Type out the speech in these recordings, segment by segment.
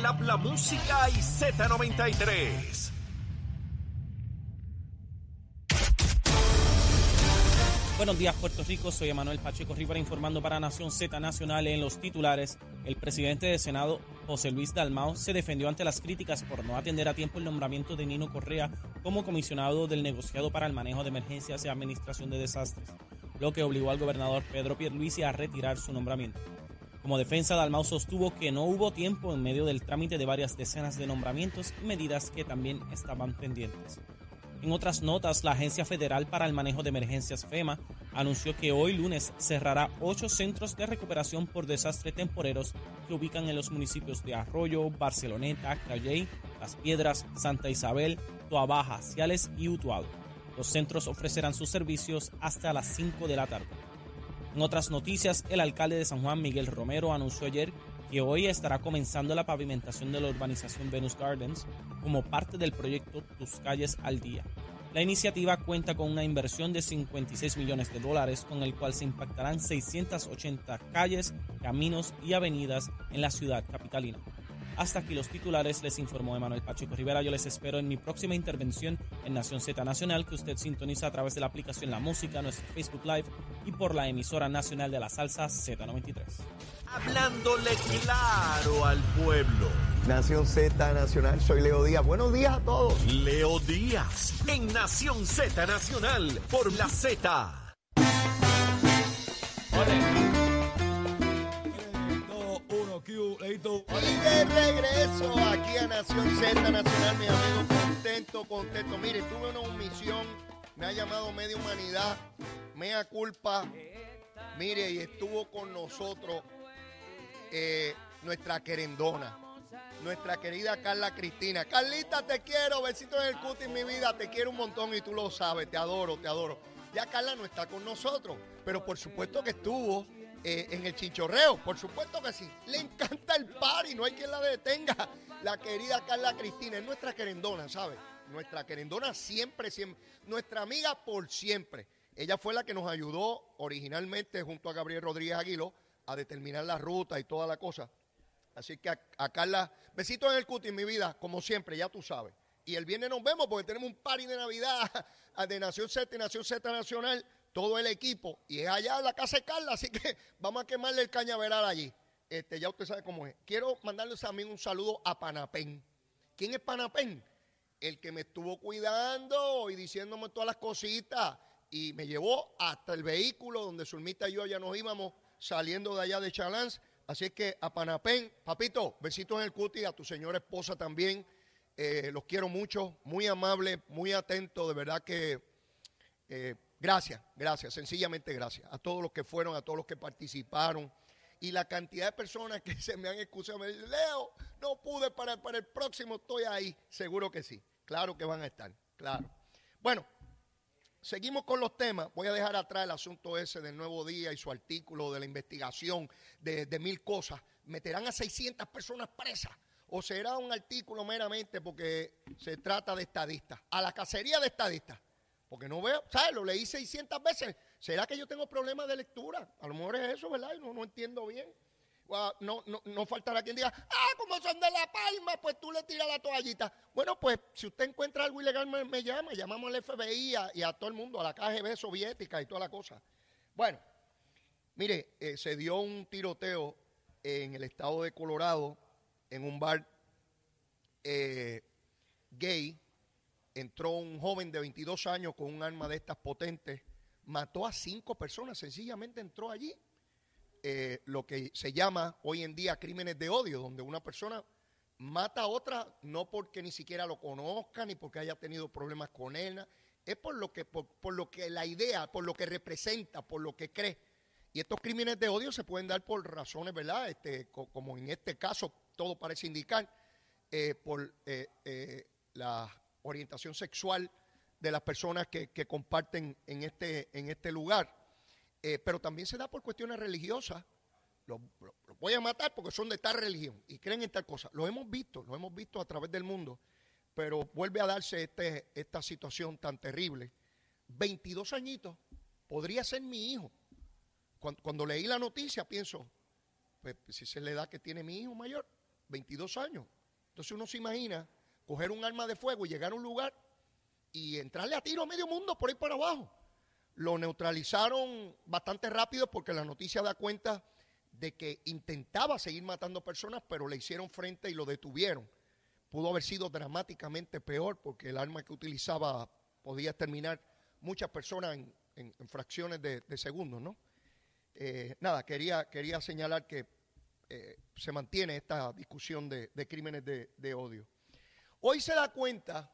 el app La Música y Z93. Buenos días, Puerto Rico. Soy Emanuel Pacheco Rivera informando para Nación Z Nacional. En los titulares, el presidente del Senado, José Luis Dalmau, se defendió ante las críticas por no atender a tiempo el nombramiento de Nino Correa como comisionado del negociado para el manejo de emergencias y administración de desastres, lo que obligó al gobernador Pedro Pierluisi a retirar su nombramiento. Como defensa, Dalmau sostuvo que no hubo tiempo en medio del trámite de varias decenas de nombramientos y medidas que también estaban pendientes. En otras notas, la Agencia Federal para el Manejo de Emergencias FEMA anunció que hoy lunes cerrará 8 centros de recuperación por desastre temporeros que ubican en los municipios de Arroyo, Barceloneta, Calley, Las Piedras, Santa Isabel, Toabaja, Ciales y Utuado. Los centros ofrecerán sus servicios hasta las 5 de la tarde. En otras noticias, el alcalde de San Juan, Miguel Romero, anunció ayer que hoy estará comenzando la pavimentación de la urbanización Venus Gardens como parte del proyecto Tus Calles al Día. La iniciativa cuenta con una inversión de $56 millones, con el cual se impactarán 680 calles, caminos y avenidas en la ciudad capitalina. Hasta aquí los titulares, les informó Emanuel Pacheco Rivera. Yo les espero en mi próxima intervención en Nación Z Nacional, que usted sintoniza a través de la aplicación La Música, nuestro Facebook Live y por la emisora nacional de la salsa Z93. Hablándole claro al pueblo. Nación Z Nacional, soy Leo Díaz. Buenos días a todos. Leo Díaz, en Nación Z Nacional, por la Z. Y de regreso aquí a Nación Z Nacional, mi amigo, contento. Mire, tuve una omisión, me ha llamado Media Humanidad, mea culpa. Mire, y estuvo con nosotros nuestra querendona, nuestra querida Carla Cristina. Carlita, te quiero, besitos en el cutis, mi vida, te quiero un montón y tú lo sabes, te adoro. Ya Carla no está con nosotros, pero por supuesto que estuvo en el chinchorreo, por supuesto que sí. Le encanta el party, no hay quien la detenga. La querida Carla Cristina es nuestra querendona, ¿sabes? Nuestra querendona siempre, nuestra amiga por siempre. Ella fue la que nos ayudó originalmente junto a Gabriel Rodríguez Aguiló a determinar la ruta y toda la cosa. Así que a Carla, besitos en el cutis, mi vida, como siempre, ya tú sabes. Y el viernes nos vemos porque tenemos un party de Navidad de Nación Z y Nación Z Nacional, todo el equipo, y es allá en la casa de Carla, así que vamos a quemarle el cañaveral allí. Ya usted sabe cómo es. Quiero mandarles también un saludo a Panapén. ¿Quién es Panapén? El que me estuvo cuidando y diciéndome todas las cositas, y me llevó hasta el vehículo donde Zulmita y yo ya nos íbamos saliendo de allá de Chalans. Así es que a Panapén, papito, besitos en el cutis, a tu señora esposa también. Los quiero mucho, muy amable, muy atento, de verdad que gracias, sencillamente gracias a todos los que fueron, a todos los que participaron y la cantidad de personas que se me han excusado, me dicen, Leo, no pude para el próximo, estoy ahí, seguro que sí, claro que van a estar, claro. Bueno, seguimos con los temas, voy a dejar atrás el asunto ese del Nuevo Día y su artículo de la investigación de 1000 cosas, meterán a 600 personas presas. ¿O será un artículo meramente porque se trata de estadistas? A la cacería de estadistas. Porque no veo, ¿sabes? Lo leí 600 veces. ¿Será que yo tengo problemas de lectura? A lo mejor es eso, ¿verdad? No entiendo bien. No faltará quien diga, como son de La Palma, pues tú le tiras la toallita. Bueno, pues si usted encuentra algo ilegal, me llama. Llamamos al FBI y a todo el mundo, a la KGB soviética y toda la cosa. Bueno, mire, se dio un tiroteo en el estado de Colorado, en un bar gay. Entró un joven de 22 años con un arma de estas potentes, mató a 5 personas, sencillamente entró allí. Lo que se llama hoy en día crímenes de odio, donde una persona mata a otra no porque ni siquiera lo conozca, ni porque haya tenido problemas con él, es por lo que la idea, por lo que representa, por lo que cree. Y estos crímenes de odio se pueden dar por razones, ¿verdad? Como en este caso todo parece indicar, por la orientación sexual de las personas que comparten en este lugar. Pero también se da por cuestiones religiosas. Los voy a matar porque son de tal religión y creen en tal cosa. Lo hemos visto a través del mundo, pero vuelve a darse esta situación tan terrible. 22 añitos, podría ser mi hijo. Cuando leí la noticia pienso, pues si esa es la edad que tiene mi hijo mayor, 22 años. Entonces uno se imagina coger un arma de fuego y llegar a un lugar y entrarle a tiro a medio mundo por ahí para abajo. Lo neutralizaron bastante rápido porque la noticia da cuenta de que intentaba seguir matando personas, pero le hicieron frente y lo detuvieron. Pudo haber sido dramáticamente peor porque el arma que utilizaba podía exterminar muchas personas en fracciones de segundos, ¿no? Nada, quería señalar que se mantiene esta discusión de crímenes de odio. Hoy se da cuenta,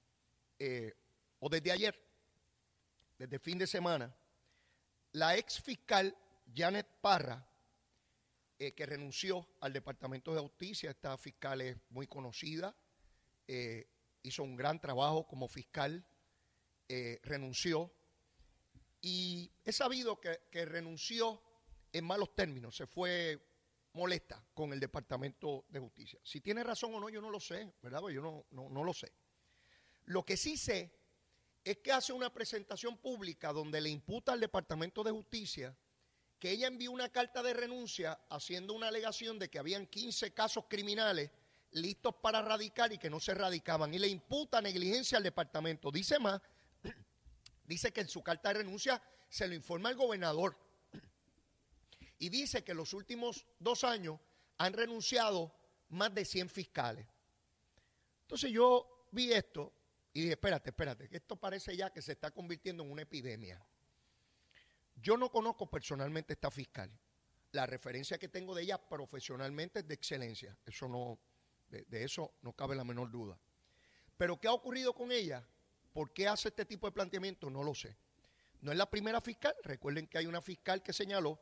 o desde ayer, desde el fin de semana, la ex fiscal Janet Parra, que renunció al Departamento de Justicia. Esta fiscal es muy conocida, hizo un gran trabajo como fiscal, renunció, y he sabido que renunció en malos términos, se fue molesta con el Departamento de Justicia. Si tiene razón o no, yo no lo sé, ¿verdad? Yo no lo sé. Lo que sí sé es que hace una presentación pública donde le imputa al Departamento de Justicia que ella envió una carta de renuncia haciendo una alegación de que habían 15 casos criminales listos para radicar y que no se radicaban, y le imputa negligencia al departamento. Dice más, dice que en su carta de renuncia se lo informa al gobernador y dice que en los últimos 2 años han renunciado más de 100 fiscales. Entonces yo vi esto y dije, espérate, que esto parece ya que se está convirtiendo en una epidemia. Yo no conozco personalmente a esta fiscal. La referencia que tengo de ella profesionalmente es de excelencia. Eso no, de eso no cabe la menor duda. Pero ¿qué ha ocurrido con ella? ¿Por qué hace este tipo de planteamiento? No lo sé. No es la primera fiscal. Recuerden que hay una fiscal que señaló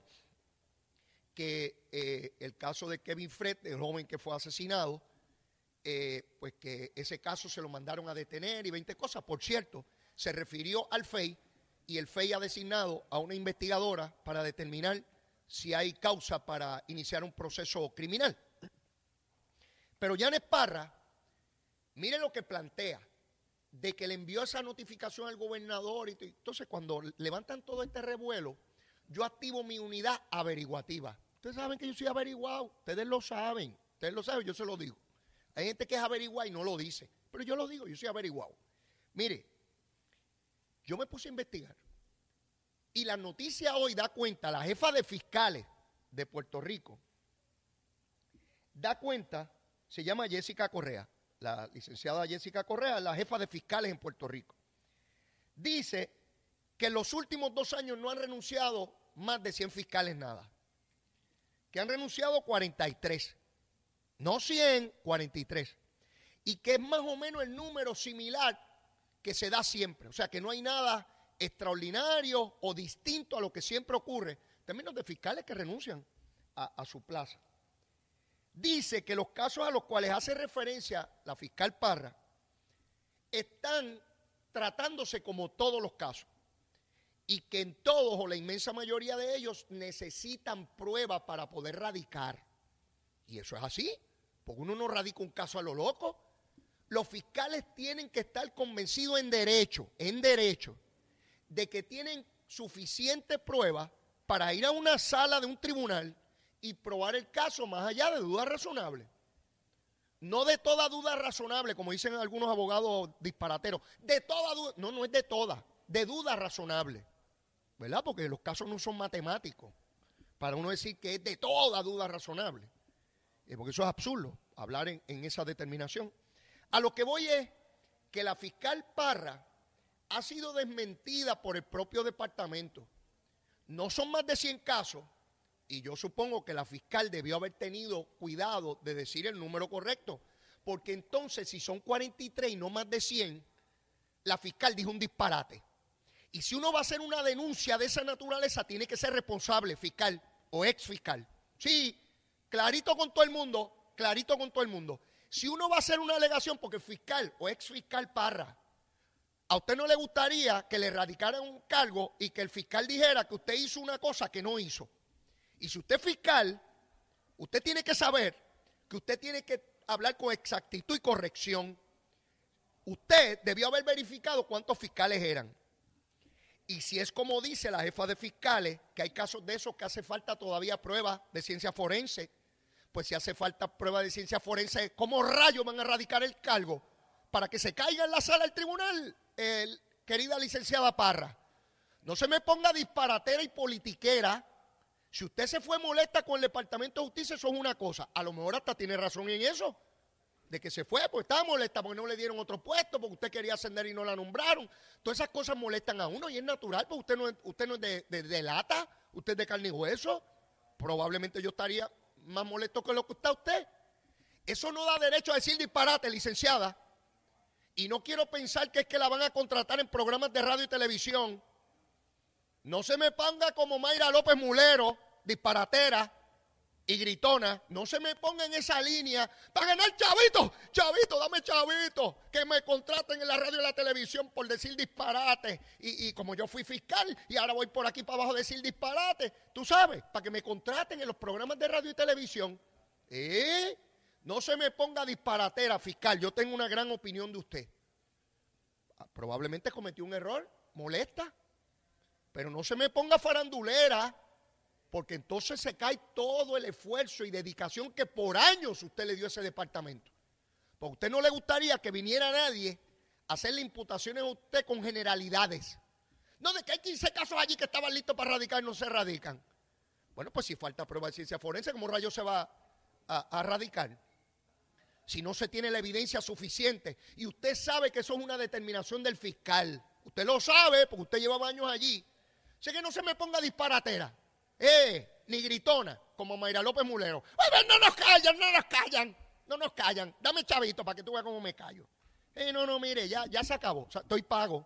que el caso de Kevin Fred, el joven que fue asesinado, pues que ese caso se lo mandaron a detener y 20 cosas. Por cierto, se refirió al FEI, y el FEI ha designado a una investigadora para determinar si hay causa para iniciar un proceso criminal. Pero Janet Parra, mire lo que plantea, de que le envió esa notificación al gobernador. Entonces, cuando levantan todo este revuelo, yo activo mi unidad averiguativa. Ustedes saben que yo soy averiguado, ustedes lo saben, yo se lo digo. Hay gente que es averiguada y no lo dice, pero yo lo digo, yo soy averiguado. Mire, yo me puse a investigar y la noticia hoy da cuenta, la jefa de fiscales de Puerto Rico, da cuenta, se llama Jessica Correa, la licenciada Jessica Correa, la jefa de fiscales en Puerto Rico. Dice que en los últimos 2 años no han renunciado más de 100 fiscales nada, que han renunciado 43, no 100, 43, y que es más o menos el número similar que se da siempre, o sea que no hay nada extraordinario o distinto a lo que siempre ocurre en términos de fiscales que renuncian a su plaza. Dice que los casos a los cuales hace referencia la fiscal Parra están tratándose como todos los casos, y que en todos o la inmensa mayoría de ellos necesitan prueba para poder radicar. Y eso es así, porque uno no radica un caso a lo loco. Los fiscales tienen que estar convencidos en derecho, de que tienen suficiente prueba para ir a una sala de un tribunal y probar el caso más allá de dudas razonables. No de toda duda razonable, como dicen algunos abogados disparateros. De toda duda, no es de toda, de duda razonable, ¿verdad? Porque los casos no son matemáticos para uno decir que es de toda duda razonable, porque eso es absurdo, hablar en esa determinación. A lo que voy es que la fiscal Parra ha sido desmentida por el propio departamento. No son más de 100 casos, y yo supongo que la fiscal debió haber tenido cuidado de decir el número correcto, porque entonces si son 43 y no más de 100, la fiscal dijo un disparate. Y si uno va a hacer una denuncia de esa naturaleza, tiene que ser responsable, fiscal o ex fiscal. Sí, clarito con todo el mundo. Si uno va a hacer una alegación, porque fiscal o ex fiscal Parra, a usted no le gustaría que le radicaran un cargo y que el fiscal dijera que usted hizo una cosa que no hizo. Y si usted es fiscal, usted tiene que saber que usted tiene que hablar con exactitud y corrección. Usted debió haber verificado cuántos fiscales eran. Y si es como dice la jefa de fiscales, que hay casos de esos que hace falta todavía pruebas de ciencia forense, pues si hace falta prueba de ciencia forense, ¿cómo rayos van a radicar el cargo para que se caiga en la sala del tribunal? Querida licenciada Parra, no se me ponga disparatera y politiquera. Si usted se fue molesta con el Departamento de Justicia, eso es una cosa. A lo mejor hasta tiene razón en eso, de que se fue, porque estaba molesta, porque no le dieron otro puesto, porque usted quería ascender y no la nombraron. Todas esas cosas molestan a uno y es natural, porque usted no es de lata, usted es de carne y hueso. Probablemente yo estaría más molesto que lo que está usted. Eso no da derecho a decir disparate, licenciada. Y no quiero pensar que es que la van a contratar en programas de radio y televisión. No se me ponga como Mayra López Mulero, disparatera y gritona. No se me ponga en esa línea para ganar chavito. Chavito, dame chavito. Que me contraten en la radio y la televisión por decir disparate. Y como yo fui fiscal y ahora voy por aquí para abajo a decir disparate. Tú sabes, para que me contraten en los programas de radio y televisión. No se me ponga disparatera, fiscal. Yo tengo una gran opinión de usted. Probablemente cometió un error, molesta. Pero no se me ponga farandulera, porque entonces se cae todo el esfuerzo y dedicación que por años usted le dio a ese departamento. Porque a usted no le gustaría que viniera nadie a hacerle imputaciones a usted con generalidades. No, de que hay 15 casos allí que estaban listos para radicar y no se radican. Bueno, pues si falta prueba de ciencia forense, ¿cómo rayos se va a radicar? Si no se tiene la evidencia suficiente. Y usted sabe que eso es una determinación del fiscal. Usted lo sabe porque usted llevaba años allí. Así que no se me ponga disparatera, ni gritona, como Mayra López Mulero. ¡Ay, no nos callan! Dame chavito para que tú veas cómo me callo. No, mire, ya se acabó. O sea, estoy pago,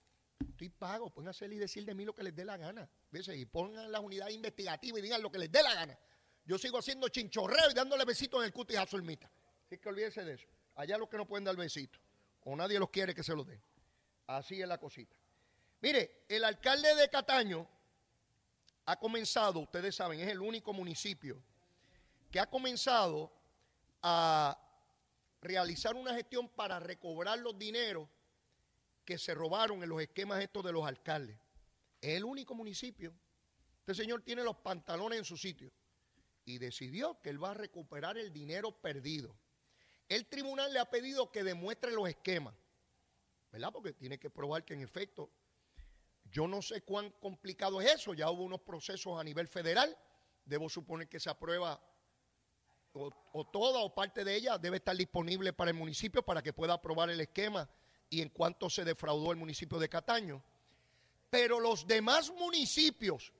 pueden hacer y decir de mí lo que les dé la gana. ¿Ves? Y pongan las unidades investigativas y digan lo que les dé la gana. Yo sigo haciendo chinchorreo y dándole besitos en el cutis a Zulmita. Así que olvídense de eso. Allá los que no pueden dar besitos, o nadie los quiere que se los den. Así es la cosita. Mire, el alcalde de Cataño ha comenzado, ustedes saben, es el único municipio que ha comenzado a realizar una gestión para recobrar los dineros que se robaron en los esquemas estos de los alcaldes. Es el único municipio. Este señor tiene los pantalones en su sitio y decidió que él va a recuperar el dinero perdido. El tribunal le ha pedido que demuestre los esquemas, ¿verdad? Porque tiene que probar que en efecto, yo no sé cuán complicado es eso, ya hubo unos procesos a nivel federal, debo suponer que esa prueba o toda o parte de ella debe estar disponible para el municipio para que pueda aprobar el esquema y en cuánto se defraudó el municipio de Cataño. Pero los demás municipios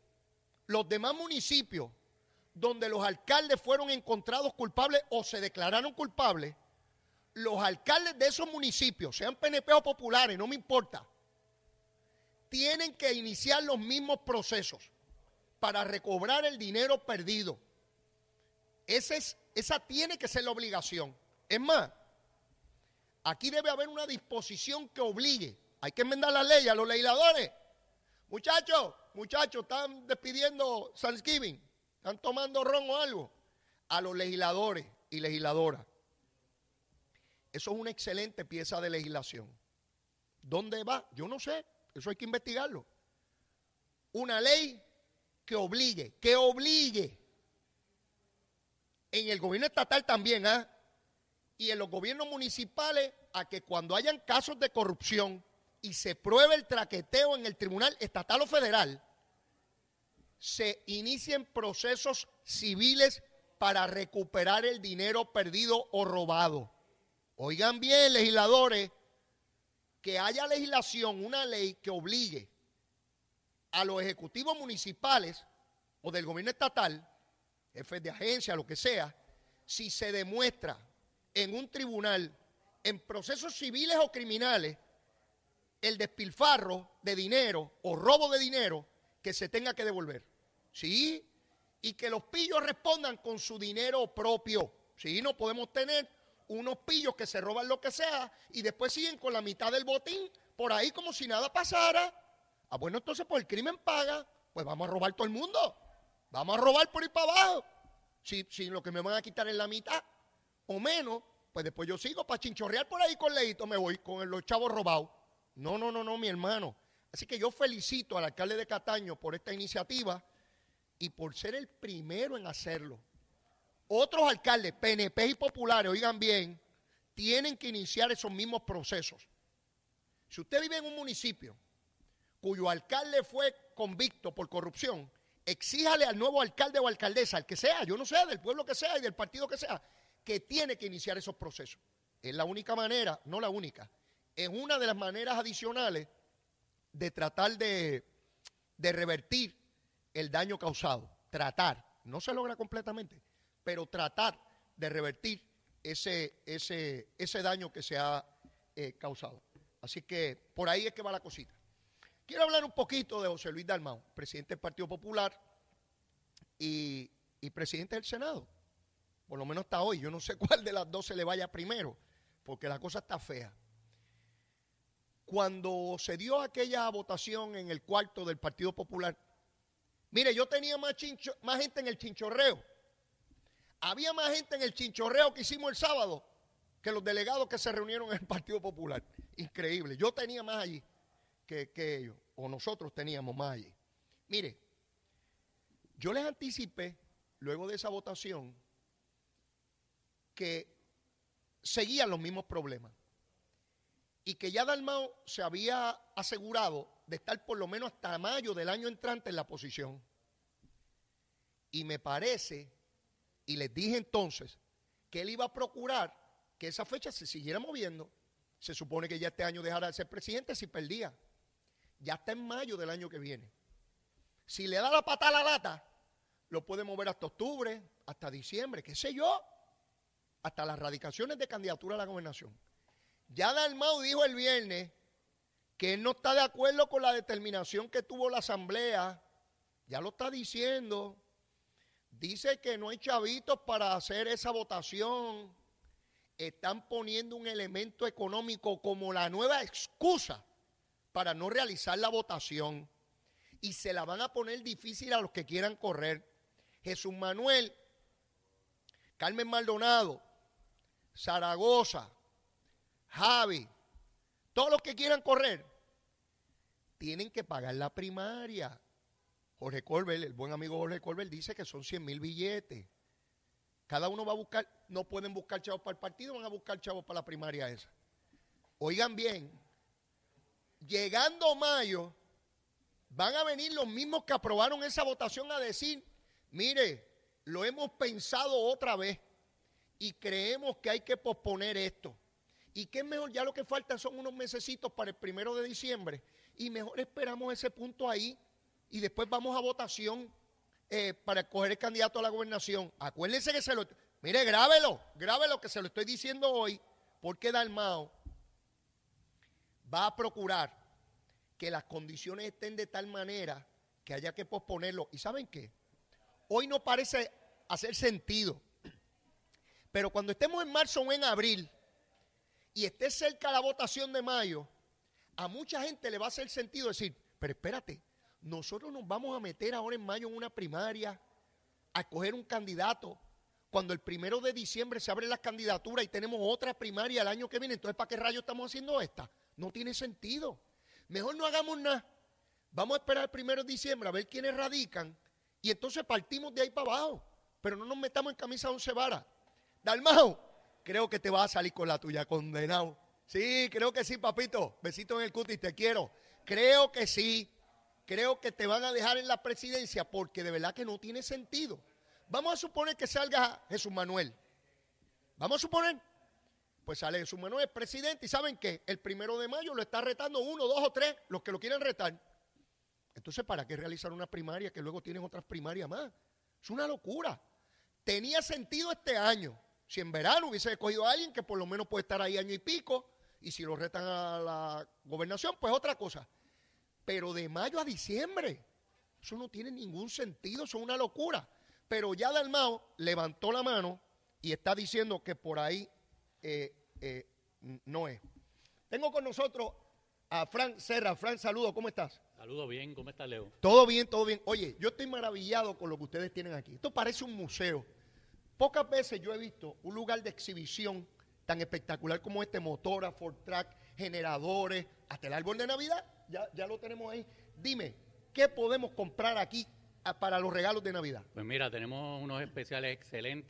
donde los alcaldes fueron encontrados culpables o se declararon culpables, los alcaldes de esos municipios, sean PNP o populares, no me importa, tienen que iniciar los mismos procesos para recobrar el dinero perdido. Esa tiene que ser la obligación. Es más, aquí debe haber una disposición que obligue. Hay que enmendar la ley a los legisladores. Muchachos, están despidiendo Thanksgiving, están tomando ron o algo. A los legisladores y legisladoras. Eso es una excelente pieza de legislación. ¿Dónde va? Yo no sé. Eso hay que investigarlo. Una ley que obligue. En el gobierno estatal también, y en los gobiernos municipales, a que cuando hayan casos de corrupción y se pruebe el traqueteo en el tribunal estatal o federal, se inicien procesos civiles para recuperar el dinero perdido o robado. Oigan bien, legisladores, que haya legislación, una ley que obligue a los ejecutivos municipales o del gobierno estatal, jefes de agencia, lo que sea, si se demuestra en un tribunal, en procesos civiles o criminales, el despilfarro de dinero o robo de dinero que se tenga que devolver. ¿Sí? Y que los pillos respondan con su dinero propio. ¿Sí? No podemos tener unos pillos que se roban lo que sea y después siguen con la mitad del botín por ahí como si nada pasara. Bueno, entonces por el crimen paga, pues vamos a robar todo el mundo. Vamos a robar por ahí para abajo. Si lo que me van a quitar es la mitad o menos, pues después yo sigo para chinchorrear por ahí con leíto, me voy con los chavos robados. No, mi hermano. Así que yo felicito al alcalde de Cataño por esta iniciativa y por ser el primero en hacerlo. Otros alcaldes, PNP y populares, oigan bien, tienen que iniciar esos mismos procesos. Si usted vive en un municipio cuyo alcalde fue convicto por corrupción, exíjale al nuevo alcalde o alcaldesa, al que sea, yo no sé, del pueblo que sea y del partido que sea, que tiene que iniciar esos procesos. Es la única manera, no la única, es una de las maneras adicionales de tratar de revertir el daño causado. Tratar, no se logra completamente, pero tratar de revertir ese daño que se ha causado. Así que por ahí es que va la cosita. Quiero hablar un poquito de José Luis Dalmau, presidente del Partido Popular y presidente del Senado. Por lo menos hasta hoy. Yo no sé cuál de las dos se le vaya primero, porque la cosa está fea. Cuando se dio aquella votación en el cuarto del Partido Popular, mire, yo tenía más gente en el chinchorreo. Había más gente en el chinchorreo que hicimos el sábado que los delegados que se reunieron en el Partido Popular. Increíble. Yo tenía más allí que ellos, o nosotros teníamos más allí. Mire, yo les anticipé, luego de esa votación, que seguían los mismos problemas y que ya Dalmau se había asegurado de estar por lo menos hasta mayo del año entrante en la posición. Y me parece, y les dije entonces, que él iba a procurar que esa fecha se siguiera moviendo. Se supone que ya este año dejara de ser presidente si perdía. Ya está en mayo del año que viene. Si le da la patada a la lata, lo puede mover hasta octubre, hasta diciembre, qué sé yo, hasta las radicaciones de candidatura a la gobernación. Ya Dalmau dijo el viernes que él no está de acuerdo con la determinación que tuvo la Asamblea. Ya lo está diciendo. Dice que no hay chavitos para hacer esa votación. Están poniendo un elemento económico como la nueva excusa para no realizar la votación. Y se la van a poner difícil a los que quieran correr. Jesús Manuel, Carmen Maldonado, Zaragoza, Javi, todos los que quieran correr, tienen que pagar la primaria. Jorge Colbert, el buen amigo Jorge Colbert, dice que son 100,000 billetes. Cada uno va a buscar, no pueden buscar chavos para el partido, van a buscar chavos para la primaria esa. Oigan bien, llegando mayo, van a venir los mismos que aprobaron esa votación a decir, mire, lo hemos pensado otra vez y creemos que hay que posponer esto. Y que es mejor, ya lo que falta son unos mesecitos para el 1 de diciembre y mejor esperamos ese punto ahí y después vamos a votación para escoger el candidato a la gobernación. Acuérdense que mire, grábelo que se lo estoy diciendo hoy, porque Dalmau va a procurar que las condiciones estén de tal manera que haya que posponerlo. ¿Y saben qué? Hoy no parece hacer sentido, pero cuando estemos en marzo o en abril y esté cerca la votación de mayo, a mucha gente le va a hacer sentido decir, pero espérate, nosotros nos vamos a meter ahora en mayo en una primaria a escoger un candidato cuando el 1 de diciembre se abren las candidaturas y tenemos otra primaria el año que viene. Entonces, ¿para qué rayos estamos haciendo esta? No tiene sentido. Mejor no hagamos nada. Vamos a esperar el 1 de diciembre a ver quiénes radican y entonces partimos de ahí para abajo. Pero no nos metamos en camisa de 11 varas. Dalmau, creo que te vas a salir con la tuya, condenado. Sí, creo que sí, papito. Besito en el cutis, te quiero. Creo que sí. Creo que te van a dejar en la presidencia porque de verdad que no tiene sentido. Vamos a suponer que salga Jesús Manuel. Vamos a suponer. Pues sale Jesús Manuel presidente y ¿saben qué? El 1 de mayo lo está retando 1, 2 o 3 los que lo quieren retar. Entonces, ¿para qué realizar una primaria que luego tienen otras primarias más? Es una locura. Tenía sentido este año. Si en verano hubiese escogido a alguien que por lo menos puede estar ahí año y pico y si lo retan a la gobernación, pues otra cosa. Pero de mayo a diciembre, eso no tiene ningún sentido, eso es una locura. Pero ya Dalmau levantó la mano y está diciendo que por ahí no es. Tengo con nosotros a Fran Serra. Fran, saludos, ¿cómo estás? Saludos bien, ¿cómo estás, Leo? Todo bien, todo bien. Oye, yo estoy maravillado con lo que ustedes tienen aquí. Esto parece un museo. Pocas veces yo he visto un lugar de exhibición tan espectacular como este, motora, Ford Track, generadores, hasta el árbol de Navidad, ya lo tenemos ahí. Dime, ¿qué podemos comprar aquí para los regalos de Navidad? Pues mira, tenemos unos especiales excelentes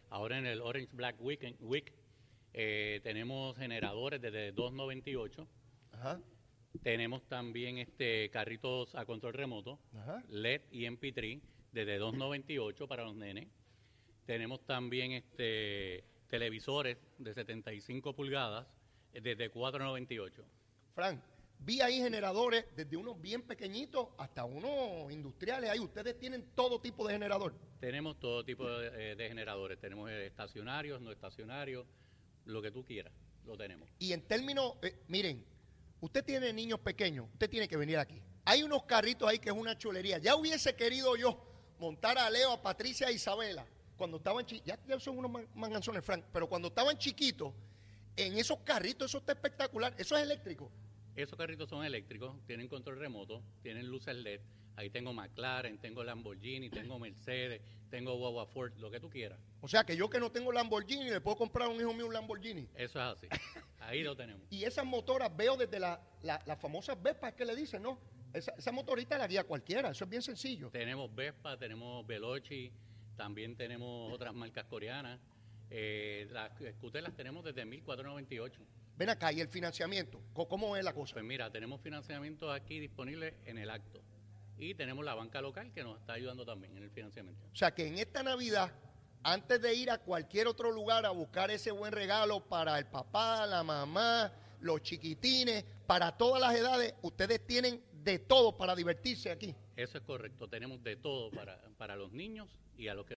Ahora en el Orange Black Week tenemos generadores desde $2.98. Ajá. Tenemos también carritos a control remoto, Ajá. LED y MP3 desde $2.98 para los nenes. Tenemos también televisores de 75 pulgadas desde $4.98. Frank, vi ahí generadores desde unos bien pequeñitos hasta unos industriales. Ahí ustedes tienen todo tipo de generador. Tenemos todo tipo de generadores. Tenemos estacionarios, no estacionarios, lo que tú quieras, lo tenemos. Y en términos, miren, usted tiene niños pequeños, usted tiene que venir aquí. Hay unos carritos ahí que es una chulería. Ya hubiese querido yo montar a Leo, a Patricia, a Isabela, cuando estaban chiquitos, ya son unos manganzones, Frank, pero cuando estaban chiquitos, en esos carritos, eso está espectacular. Eso es eléctrico. Esos carritos son eléctricos, tienen control remoto, tienen luces LED. Ahí tengo McLaren, tengo Lamborghini, tengo Mercedes, tengo Wawa Ford, lo que tú quieras. O sea, que yo que no tengo Lamborghini, le puedo comprar a un hijo mío un Lamborghini. Eso es así. Ahí lo tenemos. Y esas motoras veo desde las famosas Vespas que le dicen, ¿no? Esa motorita la guía cualquiera, eso es bien sencillo. Tenemos Vespa, tenemos Veloci, también tenemos otras marcas coreanas. Las scooters las tenemos desde $1.498. Ven acá, ¿y el financiamiento? ¿Cómo es la cosa? Pues mira, tenemos financiamiento aquí disponible en el acto. Y tenemos la banca local que nos está ayudando también en el financiamiento. O sea, que en esta Navidad, antes de ir a cualquier otro lugar a buscar ese buen regalo para el papá, la mamá, los chiquitines, para todas las edades, ustedes tienen de todo para divertirse aquí. Eso es correcto, tenemos de todo para los niños y a los que